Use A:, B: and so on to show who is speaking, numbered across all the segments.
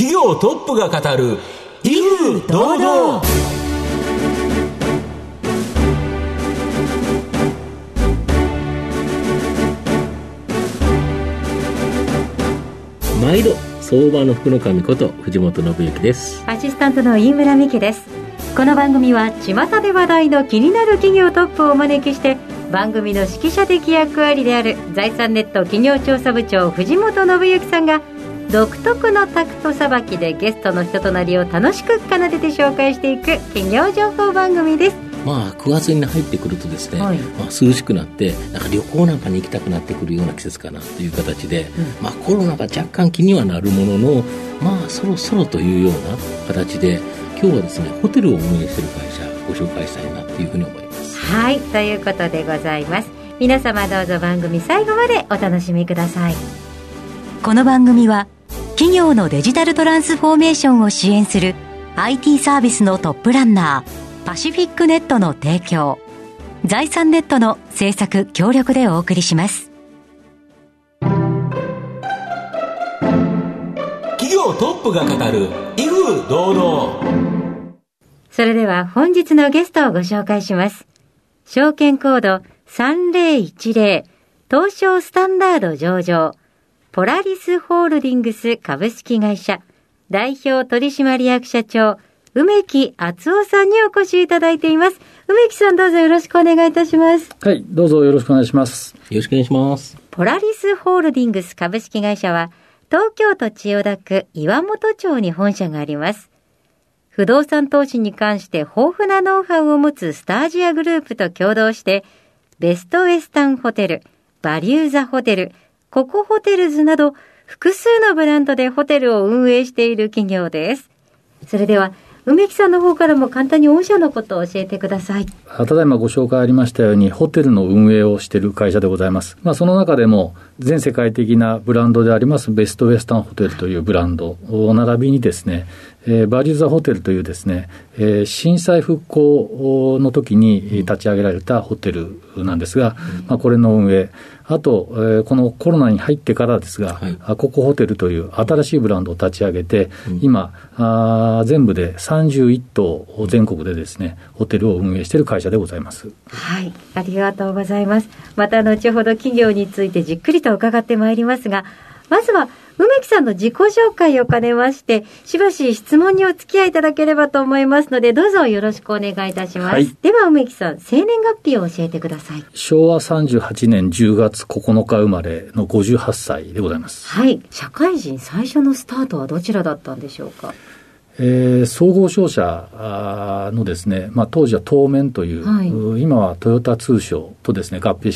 A: 企業トップが語る威風堂々。
B: 毎度相場の福の神こと藤本信之です。
C: アシスタントの飯村美希です。この番組は巷で話題の気になる企業トップをお招きして、番組の指揮者的役割である財産ネット企業調査部長藤本信之さんが独特のタクトさばきでゲストの人となりを楽しく奏でて紹介していく企業情報番組です。
B: 9月に入ってくるとですね、涼しくなってなんか旅行なんかに行きたくなってくるような季節かなという形で、コロナが若干気にはなるものの、そろそろというような形で今日はですね、ホテルを運営している会社ご紹介したいなというふうに思います。
C: はい、ということでございます。皆様どうぞ番組最後までお楽しみください。
D: この番組は企業のデジタルトランスフォーメーションを支援する IT サービスのトップランナーパシフィックネットの提供、財産ネットの制作協力でお送りします。
A: 企業トップが語る威風堂々。
C: それでは本日のゲストをご紹介します。証券コード3010東証スタンダード上場ポラリスホールディングス株式会社代表取締役社長梅木敦夫さんにお越しいただいています。梅木さん、どうぞよろしくお願いいたします。
E: はい、どうぞよろしくお願いします。
B: よろしくお願いします。
C: ポラリスホールディングス株式会社は東京都千代田区岩本町に本社があります。不動産投資に関して豊富なノウハウを持つスタージアグループと共同してベストウェスタンホテル、バリューザホテル、ココホテルズなど複数のブランドでホテルを運営している企業です。それでは梅木さんの方からも簡単に御社のことを教えてください。
E: ただいまご紹介ありましたようにホテルの運営をしている会社でございます。その中でも全世界的なブランドでありますベストウェスタンホテルというブランドを並びにですね、バリューザホテルというですね、震災復興の時に立ち上げられたホテルなんですが、これの運営、あと、このコロナに入ってからですが、ココホテルという新しいブランドを立ち上げて、今全部で31棟全国でですねホテルを運営している会社でございます。
C: はい、ありがとうございます。また後ほど企業についてじっくりと伺ってまいりますが、まずは梅木さんの自己紹介を兼ねましてしばし質問にお付き合いいただければと思いますので、どうぞよろしくお願いいたします。では梅木さん、生年月日を教えてください。
E: 昭和38年10月9日生まれの58歳でございます。
C: はい、社会人最初のスタートはどちらだったんでしょうか。
E: 総合商社のですね、当時は東面という、今はトヨタ通商とですね合併して、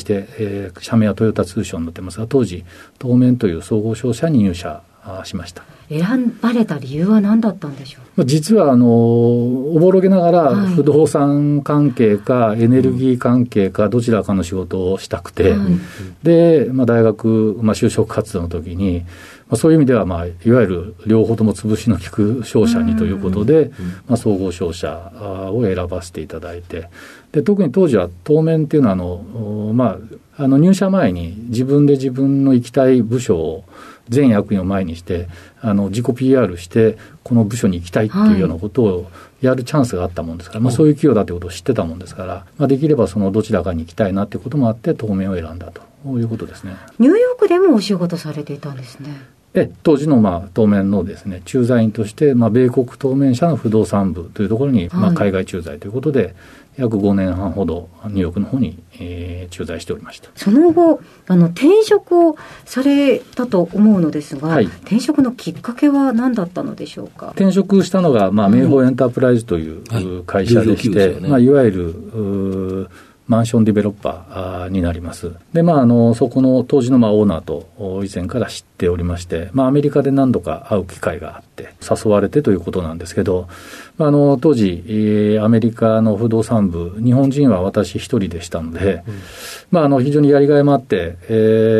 E: 社名はトヨタ通商になってますが、当時東面という総合商社に入社しました。
C: 選ばれた理由は何だったんでしょう。
E: 実はおぼろげながら不動産関係かエネルギー関係かどちらかの仕事をしたくて、で、大学、就職活動の時にそういう意味では、いわゆる両方とも潰しの効く商社にということで、総合商社を選ばせていただいて、で特に当時は当面っていうのは入社前に自分で自分の行きたい部署を全役員を前にして自己 PR してこの部署に行きたいっていうようなことをやるチャンスがあったもんですから、そういう企業だということを知ってたもんですから、できればそのどちらかに行きたいなということもあって当面を選んだということですね。
C: ニューヨークでもお仕事されていたんですね。
E: 当時の当面のですね駐在員として、米国当面社の不動産部というところに、海外駐在ということで約5年半ほどニューヨークの方に、駐在しておりました。
C: その後転職をされたと思うのですが、転職のきっかけは何だったのでしょうか。
E: 転職したのが、明宝エンタープライズという会社でして、いわゆるマンションディベロッパーになります。で、そこの当時のオーナーと以前から知っておりまして、アメリカで何度か会う機会があって誘われてということなんですけど、当時、アメリカの不動産部、日本人は私一人でしたので、非常にやりがいもあって、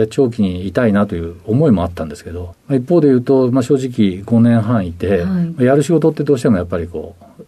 E: 長期にいたいなという思いもあったんですけど、一方で言うと、正直5年半いて、やる仕事ってどうしてもやっぱり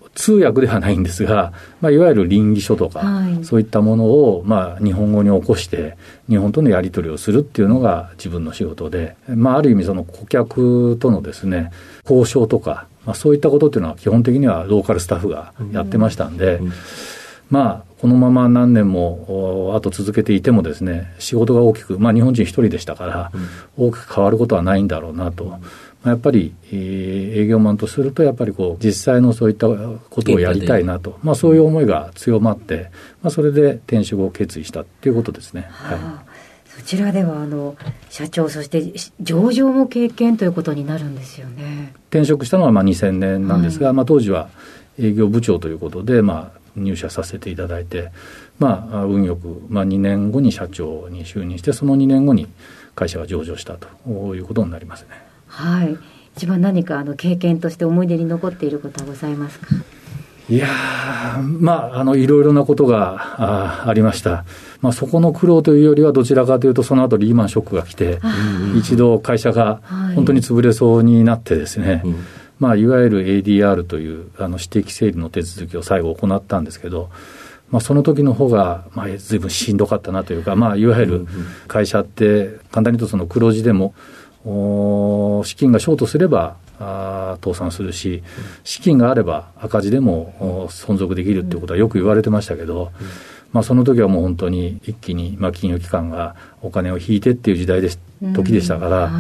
E: 通訳ではないんですが、いわゆる稟議書とか、そういったものを、日本語に起こして日本とのやり取りをするっていうのが自分の仕事で、ある意味その顧客とのですね、交渉とか、そういったことっていうのは基本的にはローカルスタッフがやってましたんで、このまま何年もあと続けていてもですね、仕事が大きく、日本人一人でしたから、大きく変わることはないんだろうなと。やっぱり、営業マンとするとやっぱり実際のそういったことをやりたいなと、そういう思いが強まって、それで転職を決意したということですね。
C: そちらでは社長、そして上場も経験ということになるんですよね。
E: 転職したのは2000年なんですが、当時は営業部長ということで、入社させていただいて、運よく、2年後に社長に就任して、その2年後に会社が上場したということになりますね。
C: 一番何か経験として思い出に残っていることはございますか？
E: いやー、いろいろなことがありました。そこの苦労というよりはどちらかというと、その後リーマンショックが来て、一度会社が本当に潰れそうになってですね、いわゆる ADR という私的整理の手続きを最後行ったんですけど、その時の方が随分しんどかったなというか、いわゆる会社って簡単に言うとその黒字でも資金がショートすれば倒産するし、資金があれば赤字でも存続できるっていうことはよく言われてましたけど、その時はもう本当に一気に金融機関がお金を引いてっていう時でしたから、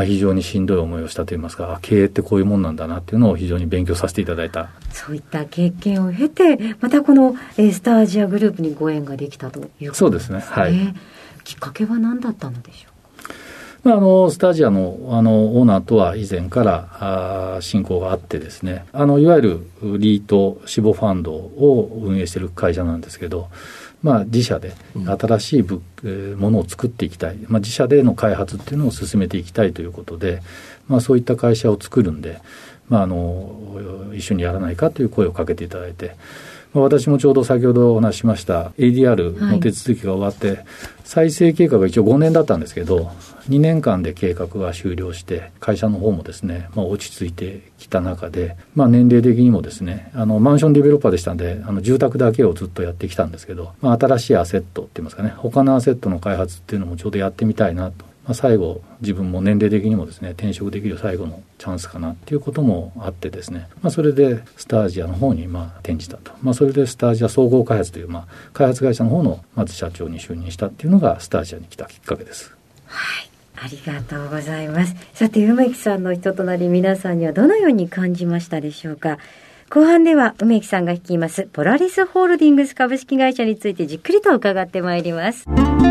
E: 非常にしんどい思いをしたといいますか、経営ってこういうもんなんだなっていうのを非常に勉強させていただいた。
C: そういった経験を経て、またこのスタージアグループにご縁ができたということですね。そうですね。きっかけは何だったのでしょう？
E: スタジアのオーナーとは以前から親交があってですね、いわゆるリート死亡ファンドを運営している会社なんですけど、自社で新しいものを作っていきたい、自社での開発っていうのを進めていきたいということで、そういった会社を作るんで、一緒にやらないかという声をかけていただいて、私もちょうど先ほどお話ししました ADR の手続きが終わって、再生計画が一応5年だったんですけど、2年間で計画が終了して、会社の方もですね、落ち着いてきた中で、年齢的にもですね、マンションデベロッパーでしたんで、住宅だけをずっとやってきたんですけど、新しいアセットって言いますかね、他のアセットの開発っていうのもちょうどやってみたいなと。最後自分も年齢的にもですね、転職できる最後のチャンスかなっていうこともあってですね、それでスタージアの方に転じたと。それでスタージア総合開発という開発会社の方のまず社長に就任したっていうのがスタージアに来たきっかけです。
C: ありがとうございます。さて、梅木さんの人となり、皆さんにはどのように感じましたでしょうか？後半では梅木さんが率いますポラリスホールディングス株式会社についてじっくりと伺ってまいります。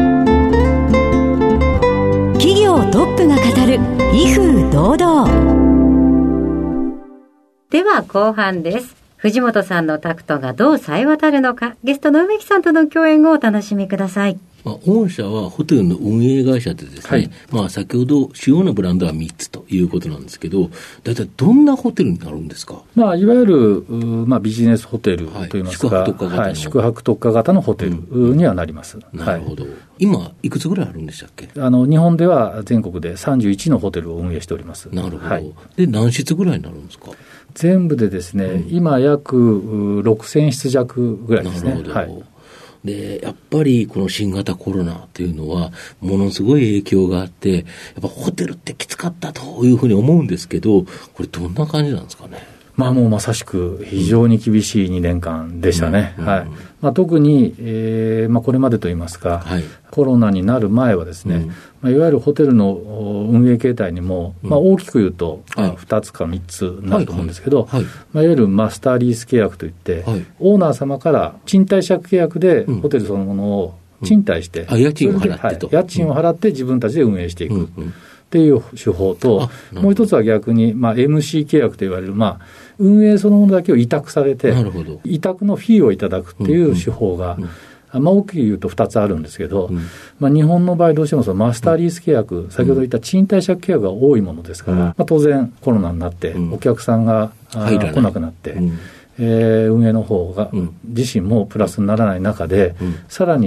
D: 企業トップが語る威風堂々。
C: では後半です。藤本さんのタクトがどう冴え渡るのか、ゲストの梅木さんとの共演をお楽しみください。
B: 御社はホテルの運営会社でですね、先ほど主要なブランドは3つということなんですけど、大体どんなホテルになるんですか？
E: いわゆる、ビジネスホテルといいますか、宿泊特化型のホテルにはなります。
B: なるほど。今いくつぐらいあるんでしたっけ？
E: 日本では全国で31のホテルを運営しております。
B: なるほど。で何室ぐらいになるんですか？
E: 全部でですね、今約6000室弱ぐらいですね。
B: なるほど。で、やっぱりこの新型コロナというのはものすごい影響があって、やっぱホテルってきつかったというふうに思うんですけど、これどんな感じなんですかね？
E: もうまさしく非常に厳しい2年間でしたね。特に、これまでといいますか、コロナになる前はですね、いわゆるホテルの運営形態にも、大きく言うと、2つか3つになると思うんですけど、いわゆるマスターリース契約といって、オーナー様から賃貸借契約でホテルそのものを賃貸して、
B: 家賃を払ってと。
E: 家賃を払って自分たちで運営していく。っていう手法と、もう一つは逆に、MC 契約といわれる、運営そのものだけを委託されて、委託のフィーをいただくっていう手法が、大きく言うと2つあるんですけど、日本の場合どうしてもそのマスターリース契約、先ほど言った賃貸借契約が多いものですから、当然コロナになってお客さんが来なくなって、運営の方が自身もプラスにならない中で、さらに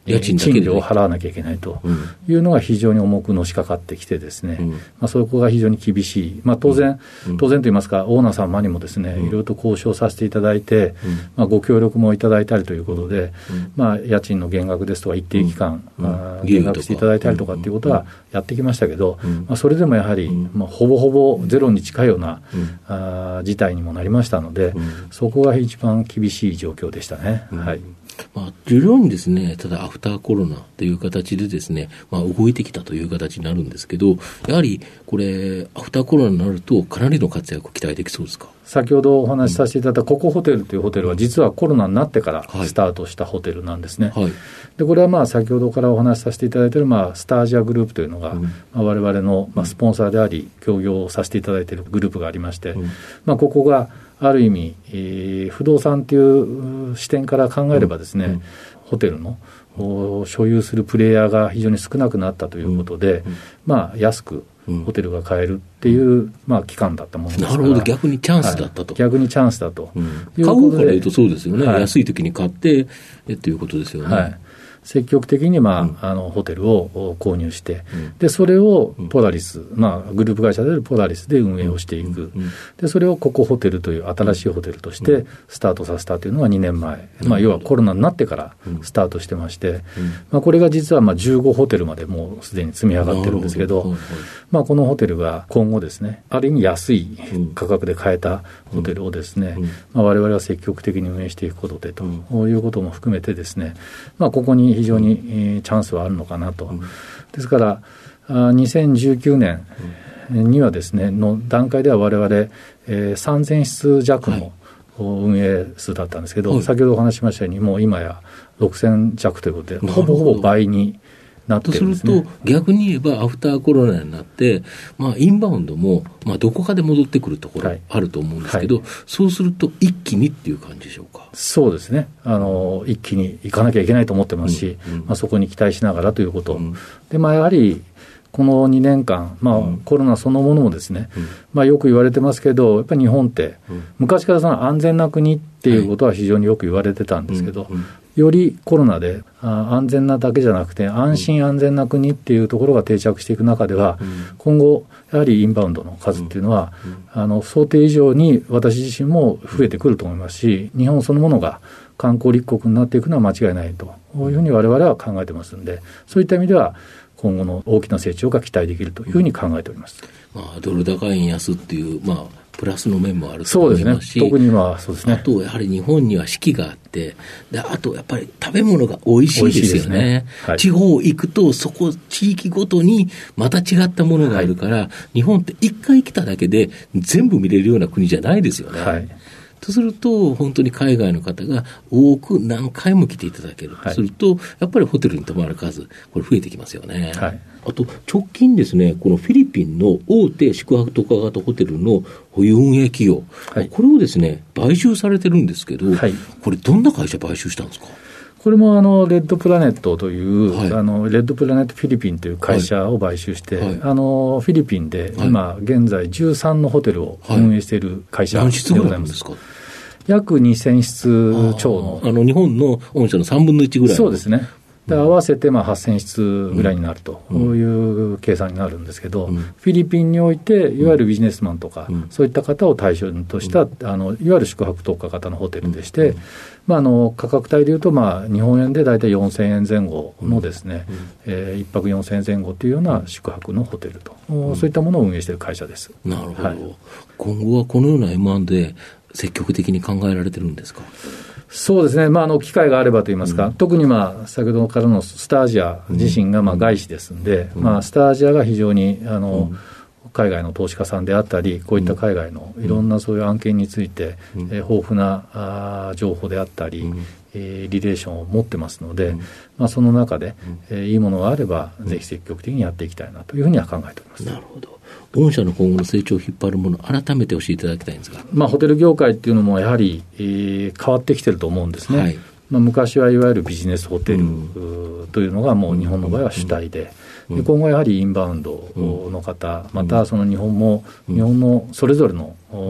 E: 賃料を払わなきゃいけないというのが非常に重くのしかかってきてですね、そこが非常に厳しい、当然といいますか、オーナー様にもですね、いろいろと交渉させていただいて、ご協力もいただいたりということで、家賃の減額ですとか一定期間、減額していただいたりとかっていうことはやってきましたけど、それでもやはり、ほぼほぼゼロに近いような事態にもなりましたので、そこが一番厳しい状況でしたね。はい。
B: 徐々にですね、ただアフターコロナという形でですね、動いてきたという形になるんですけど、やはりこれアフターコロナになるとかなりの活躍を期待できそうですか？
E: 先ほどお話しさせていただいたココホテルというホテルは実はコロナになってからスタートしたホテルなんですね。はい、でこれは先ほどからお話しさせていただいているスタージアグループというのが、我々のスポンサーであり協業をさせていただいているグループがありまして、ここがある意味、不動産という視点から考えればですね、ホテルの所有するプレイヤーが非常に少なくなったということで、安くホテルが買えるっていう、期間だったものですから。
B: なるほど、逆にチャンスだったと。
E: 逆にチャンスだと。
B: 買うから言うとそうですよね。安い時に買ってということですよね。
E: 積極的に、ホテルを購入して、でそれをポラリス、グループ会社であるポラリスで運営をしていく、でそれをココホテルという新しいホテルとしてスタートさせたというのが2年前、要はコロナになってからスタートしてまして、これが実は15ホテルまでもうすでに積み上がってるんですけど、このホテルが今後ですね、ある意味安い価格で買えたホテルをですね、我々は積極的に運営していくことでということも含めてですね、ここに非常にチャンスはあるのかなと。ですから2019年にはですねの段階では我々、3000室弱の運営数だったんですけど、先ほどお話ししましたようにもう今や6000弱ということでほぼほぼ倍になってるんですね。
B: とすると逆に言えばアフターコロナになって、インバウンドも、どこかで戻ってくるところあると思うんですけど、そうすると一気にっていう感じでしょうか？
E: そうですね、一気に行かなきゃいけないと思ってますし、そこに期待しながらということ、でやはりこの2年間、コロナそのものもですね、よく言われてますけど、やっぱり日本って、昔からその安全な国っていうことは非常によく言われてたんですけど、よりコロナで安全なだけじゃなくて安心安全な国っていうところが定着していく中では、今後やはりインバウンドの数っていうのは、想定以上に私自身も増えてくると思いますし、日本そのものが観光立国になっていくのは間違いないというふうに我々は考えてますんで、そういった意味では今後の大きな成長が期待できるというふうに考えております。
B: ドル高円安っていう、プラスの面もあると思いますし、
E: 特にそうですね。
B: あとやはり日本には四季があって、であとやっぱり食べ物が美味しいですよね。地方行くとそこ地域ごとにまた違ったものがあるから、日本って一回来ただけで全部見れるような国じゃないですよね。とすると本当に海外の方が多く何回も来ていただけるとすると、やっぱりホテルに泊まる数これ増えてきますよね。あと直近ですね、このフィリピンの大手宿泊特化型ホテルの保有運営企業、これをですね買収されてるんですけど、これどんな会社買収したんですか？
E: これもレッドプラネットという、レッドプラネットフィリピンという会社を買収して、フィリピンで今現在13のホテルを運営している会社でございます。
B: 何室ぐらいなんですか？
E: 約2000室超の
B: 日本の御社の3分の1ぐらい。
E: そうですね。で合わせて8000室ぐらいになるという計算になるんですけど、フィリピンにおいていわゆるビジネスマンとか、そういった方を対象とした、いわゆる宿泊特化型のホテルでして、価格帯でいうと、日本円で大体4000円前後のですね、1泊4000円前後というような宿泊のホテルと、そういったものを運営している会社です。
B: なるほど。今後はこのような M&A 積極的に考えられてるんですか？
E: そうですね、機会があればといいますか、特に先ほどからのスタージア自身が外資ですので、スタージアが非常に海外の投資家さんであったり、こういった海外のいろんなそういう案件について、豊富な情報であったり、リレーションを持ってますので、その中で、いいものがあればぜひ積極的にやっていきたいなというふうには考えております。
B: なるほど。御社の今後の成長を引っ張るもの、改めて教えていただきたいんですが、
E: ホテル業界っていうのもやはり、変わってきてると思うんですね。昔はいわゆるビジネスホテルというのがもう日本の場合は主体で、で今後やはりインバウンドの方、またその日本のそれぞれの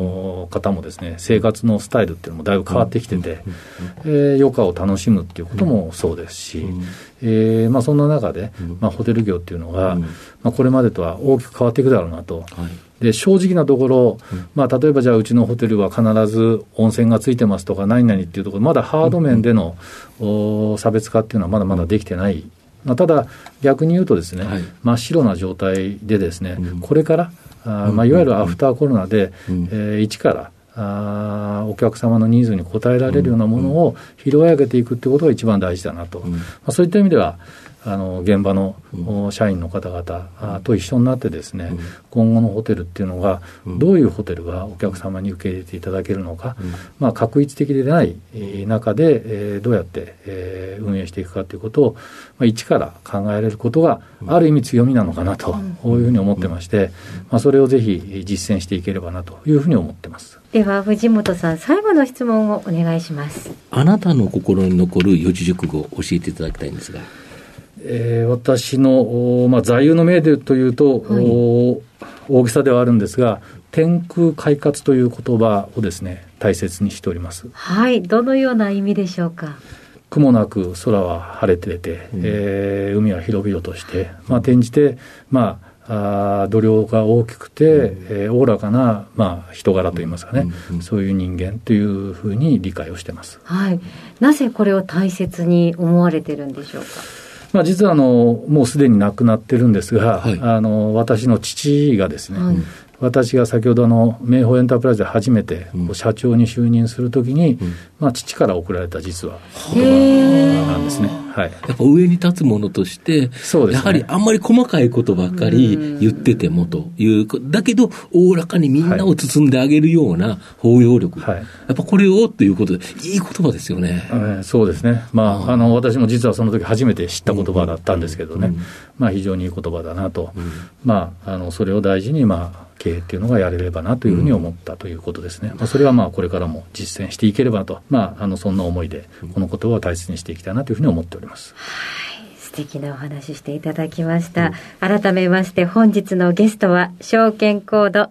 E: 方もですね、生活のスタイルっていうのもだいぶ変わってきてて、余暇を楽しむっていうこともそうですし、そんな中で、ホテル業っていうのが、これまでとは大きく変わっていくだろうなと。で正直なところ、例えばじゃあうちのホテルは必ず温泉がついてますとか何々っていうところ、まだハード面での、差別化っていうのはまだまだできてない。ただ逆に言うとですね、真っ白な状態でですね、これからいわゆるアフターコロナで、一からお客様のニーズに応えられるようなものを拾い上げていくということが一番大事だなと、そういった意味では現場の社員の方々と一緒になってですね、今後のホテルっていうのがどういうホテルがお客様に受け入れていただけるのか、画一的でない中でどうやって運営していくかということを一から考えられることがある意味強みなのかなというふうに思ってまして、それをぜひ実践していければなというふうに思ってます。
C: では藤本さん、最後の質問をお願いします。
B: あなたの心に残る四字熟語を教えていただきたいんですが。
E: 私の、座右の銘でというと、大げさではあるんですが、天空快活という言葉をですね、大切にしております。
C: はい、どのような意味でしょうか。
E: 雲なく空は晴れてて、海は広々として、転じて、度量が大きくて、おおらかな、人柄といいますかね、そういう人間というふうに理解をしています。
C: はい、なぜこれを大切に思われてるんでしょうか。
E: 実はもうすでに亡くなってるんですが、私の父がですね、私が先ほど明宝エンタープライズで初めて社長に就任するときに、父から贈られた実は言葉なんですね。や
B: っぱ上に立つものとして、やはりあんまり細かいことばっかり言っててもという、だけどおおらかにみんなを包んであげるような包容力、やっぱこれをということでいい言葉ですよね。
E: そうですね。私も実はその時初めて知った言葉だったんですけどね、非常にいい言葉だなと、それを大事に経営っていうのがやれればなというふうに思ったということですね。それはこれからも実践していければと、そんな思いでこのことを大切にしていきたいなというふうに思っております。
C: 素敵なお話していただきました。改めまして本日のゲストは証券コード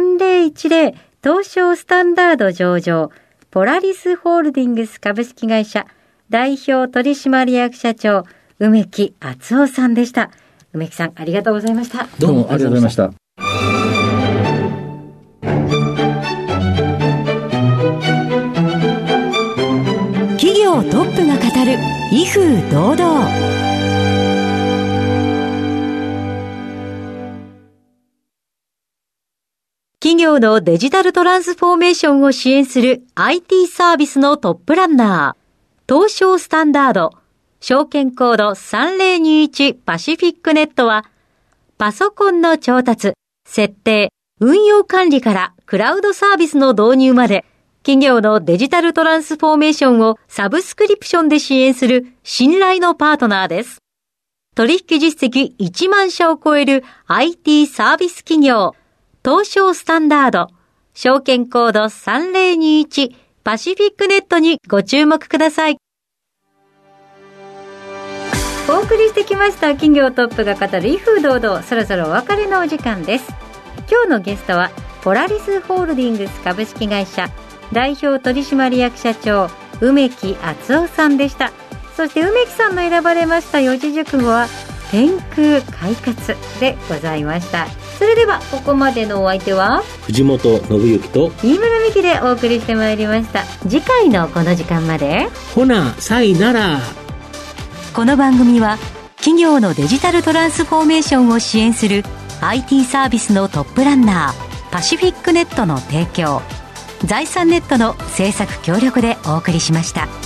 C: 3010東証スタンダード上場ポラリスホールディングス株式会社代表取締役社長梅木敦夫さんでした。梅木さん、ありがとうございました。
E: どうもありがとうございました。
D: 企業トップが語る威風堂々。企業のデジタルトランスフォーメーションを支援する IT サービスのトップランナー、東証スタンダード証券コード3021パシフィックネットは、パソコンの調達、設定、運用管理からクラウドサービスの導入まで、企業のデジタルトランスフォーメーションをサブスクリプションで支援する信頼のパートナーです。取引実績1万社を超える IT サービス企業、東証スタンダード、証券コード3021パシフィックネットにご注目ください。
C: お送りしてきました企業トップが語る威風堂々、そろそろお別れのお時間です。今日のゲストはポラリスホールディングス株式会社代表取締役社長梅木敦夫さんでした。そして梅木さんの選ばれました四字熟語は天空快活でございました。それではここまでのお相手は
B: 藤本信之と
C: 飯村美希でお送りしてまいりました。次回のこの時間まで
B: ほなさいなら。
D: この番組は企業のデジタルトランスフォーメーションを支援する IT サービスのトップランナーパシフィックネットの提供、財産ネットの制作協力でお送りしました。